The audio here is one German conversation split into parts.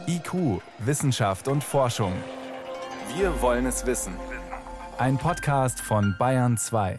IQ, Wissenschaft und Forschung. Wir wollen es wissen. Ein Podcast von Bayern 2.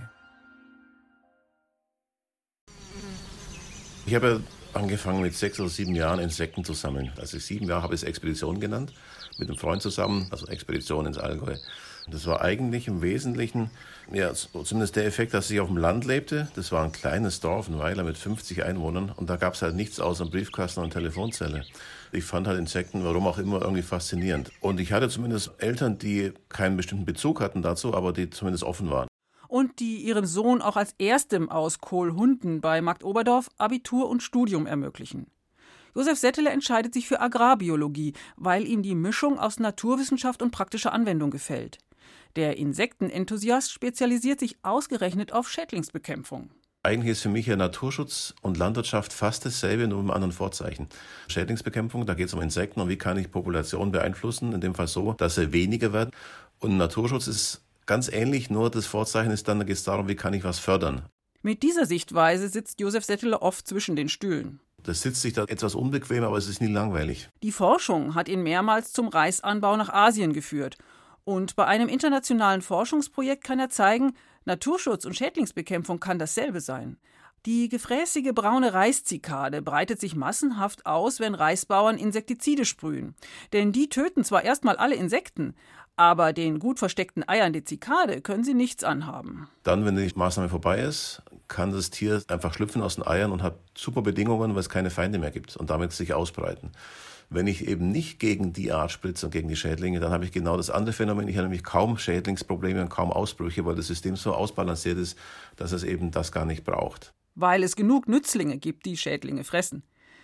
Ich habe angefangen mit 6 oder 7 Jahren Insekten zu sammeln. Also 7 Jahre habe ich es Expedition genannt, mit einem Freund zusammen, also Expedition ins Allgäu. Das war eigentlich im Wesentlichen, ja, zumindest der Effekt, dass ich auf dem Land lebte. Das war ein kleines Dorf, ein Weiler mit 50 Einwohnern und da gab es halt nichts außer einem Briefkasten und Telefonzelle. Ich fand halt Insekten, warum auch immer, irgendwie faszinierend. Und ich hatte zumindest Eltern, die keinen bestimmten Bezug hatten dazu, aber die zumindest offen waren. Und die ihrem Sohn auch als erstem aus Kohlhunden bei Marktoberdorf Abitur und Studium ermöglichen. Josef Settele entscheidet sich für Agrarbiologie, weil ihm die Mischung aus Naturwissenschaft und praktischer Anwendung gefällt. Der Insektenenthusiast spezialisiert sich ausgerechnet auf Schädlingsbekämpfung. Eigentlich ist für mich ja Naturschutz und Landwirtschaft fast dasselbe, nur mit einem anderen Vorzeichen. Schädlingsbekämpfung, da geht es um Insekten und wie kann ich Populationen beeinflussen, in dem Fall so, dass sie weniger werden. Und Naturschutz ist ganz ähnlich, nur das Vorzeichen ist dann, da geht es darum, wie kann ich was fördern. Mit dieser Sichtweise sitzt Josef Settele oft zwischen den Stühlen. Das sitzt sich da etwas unbequem, aber es ist nie langweilig. Die Forschung hat ihn mehrmals zum Reisanbau nach Asien geführt. Und bei einem internationalen Forschungsprojekt kann er zeigen, Naturschutz und Schädlingsbekämpfung kann dasselbe sein. Die gefräßige braune Reiszikade breitet sich massenhaft aus, wenn Reisbauern Insektizide sprühen. Denn die töten zwar erstmal alle Insekten, aber den gut versteckten Eiern der Zikade können sie nichts anhaben. Dann, wenn die Maßnahme vorbei ist, kann das Tier einfach schlüpfen aus den Eiern und hat super Bedingungen, weil es keine Feinde mehr gibt und damit sich ausbreiten. Wenn ich eben nicht gegen die Art spritze und gegen die Schädlinge, dann habe ich genau das andere Phänomen. Ich habe nämlich kaum Schädlingsprobleme und kaum Ausbrüche, weil das System so ausbalanciert ist, dass es eben das gar nicht braucht. Weil es genug Nützlinge gibt, die Schädlinge fressen.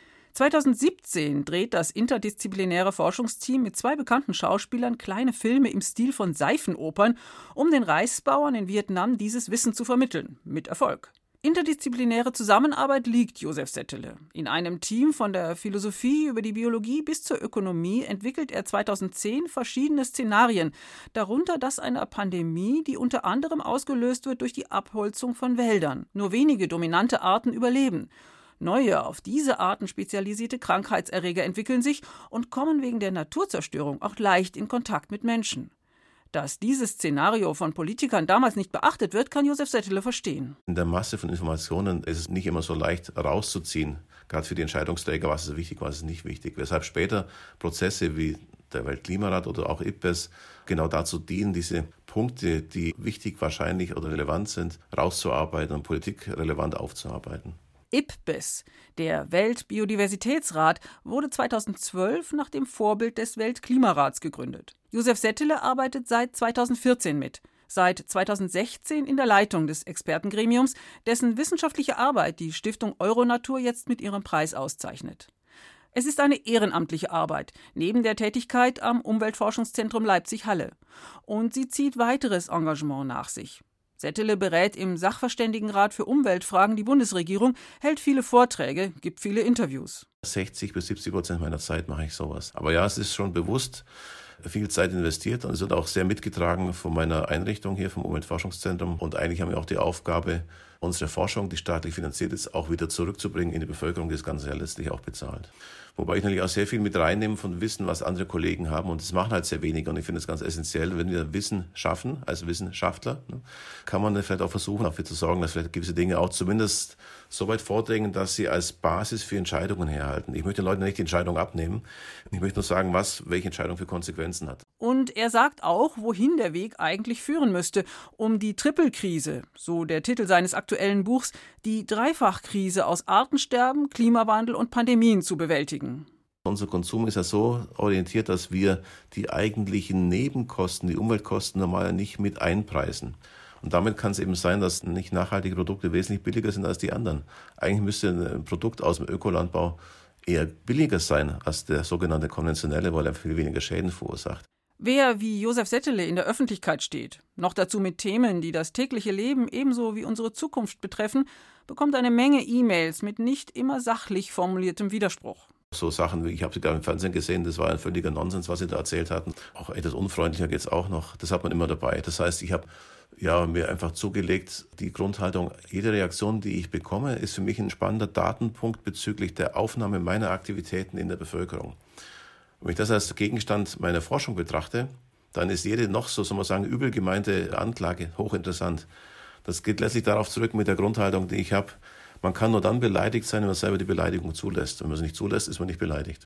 2017 dreht das interdisziplinäre Forschungsteam mit 2 bekannten Schauspielern kleine Filme im Stil von Seifenopern, um den Reisbauern in Vietnam dieses Wissen zu vermitteln. Mit Erfolg. Interdisziplinäre Zusammenarbeit liegt Josef Settele. In einem Team von der Philosophie über die Biologie bis zur Ökonomie entwickelt er 2010 verschiedene Szenarien, darunter das einer Pandemie, die unter anderem ausgelöst wird durch die Abholzung von Wäldern. Nur wenige dominante Arten überleben. Neue, auf diese Arten spezialisierte Krankheitserreger entwickeln sich und kommen wegen der Naturzerstörung auch leicht in Kontakt mit Menschen. Dass dieses Szenario von Politikern damals nicht beachtet wird, kann Josef Settele verstehen. In der Masse von Informationen ist es nicht immer so leicht rauszuziehen, gerade für die Entscheidungsträger, was ist wichtig, was ist nicht wichtig. Weshalb später Prozesse wie der Weltklimarat oder auch IPBES genau dazu dienen, diese Punkte, die wichtig, wahrscheinlich oder relevant sind, rauszuarbeiten und politikrelevant aufzuarbeiten. IPBES, der Weltbiodiversitätsrat, wurde 2012 nach dem Vorbild des Weltklimarats gegründet. Josef Settele arbeitet seit 2014 mit, seit 2016 in der Leitung des Expertengremiums, dessen wissenschaftliche Arbeit die Stiftung Euronatur jetzt mit ihrem Preis auszeichnet. Es ist eine ehrenamtliche Arbeit, neben der Tätigkeit am Umweltforschungszentrum Leipzig-Halle. Und sie zieht weiteres Engagement nach sich. Settele berät im Sachverständigenrat für Umweltfragen die Bundesregierung, hält viele Vorträge, gibt viele Interviews. 60-70% meiner Zeit mache ich sowas. Aber ja, es ist schon bewusst viel Zeit investiert und es wird auch sehr mitgetragen von meiner Einrichtung hier, vom Umweltforschungszentrum. Und eigentlich haben wir auch die Aufgabe, unsere Forschung, die staatlich finanziert ist, auch wieder zurückzubringen in die Bevölkerung, die das Ganze ja letztlich auch bezahlt. Wobei ich natürlich auch sehr viel mit reinnehme von Wissen, was andere Kollegen haben. Und das machen halt sehr wenig. Und ich finde es ganz essentiell, wenn wir Wissen schaffen, als Wissenschaftler, kann man vielleicht auch versuchen, dafür zu sorgen, dass vielleicht gewisse Dinge auch zumindest so weit vordringen, dass sie als Basis für Entscheidungen herhalten. Ich möchte den Leuten nicht die Entscheidung abnehmen. Ich möchte nur sagen, welche Entscheidung für Konsequenzen hat. Und er sagt auch, wohin der Weg eigentlich führen müsste, um die Trippelkrise, so der Titel seines aktuellen Buchs, die Dreifachkrise aus Artensterben, Klimawandel und Pandemien zu bewältigen. Unser Konsum ist ja so orientiert, dass wir die eigentlichen Nebenkosten, die Umweltkosten normal nicht mit einpreisen. Und damit kann es eben sein, dass nicht nachhaltige Produkte wesentlich billiger sind als die anderen. Eigentlich müsste ein Produkt aus dem Ökolandbau eher billiger sein als der sogenannte konventionelle, weil er viel weniger Schäden verursacht. Wer wie Josef Settele in der Öffentlichkeit steht, noch dazu mit Themen, die das tägliche Leben ebenso wie unsere Zukunft betreffen, bekommt eine Menge E-Mails mit nicht immer sachlich formuliertem Widerspruch. So Sachen wie, ich habe sie gerade im Fernsehen gesehen, das war ein völliger Nonsens, was sie da erzählt hatten. Auch etwas unfreundlicher geht es auch noch, das hat man immer dabei. Das heißt, ich habe mir einfach zugelegt, die Grundhaltung, jede Reaktion, die ich bekomme, ist für mich ein spannender Datenpunkt bezüglich der Aufnahme meiner Aktivitäten in der Bevölkerung. Wenn ich das als Gegenstand meiner Forschung betrachte, dann ist jede noch so, soll man sagen, übel gemeinte Anklage hochinteressant. Das geht letztlich darauf zurück mit der Grundhaltung, die ich habe. Man kann nur dann beleidigt sein, wenn man selber die Beleidigung zulässt. Wenn man sie nicht zulässt, ist man nicht beleidigt.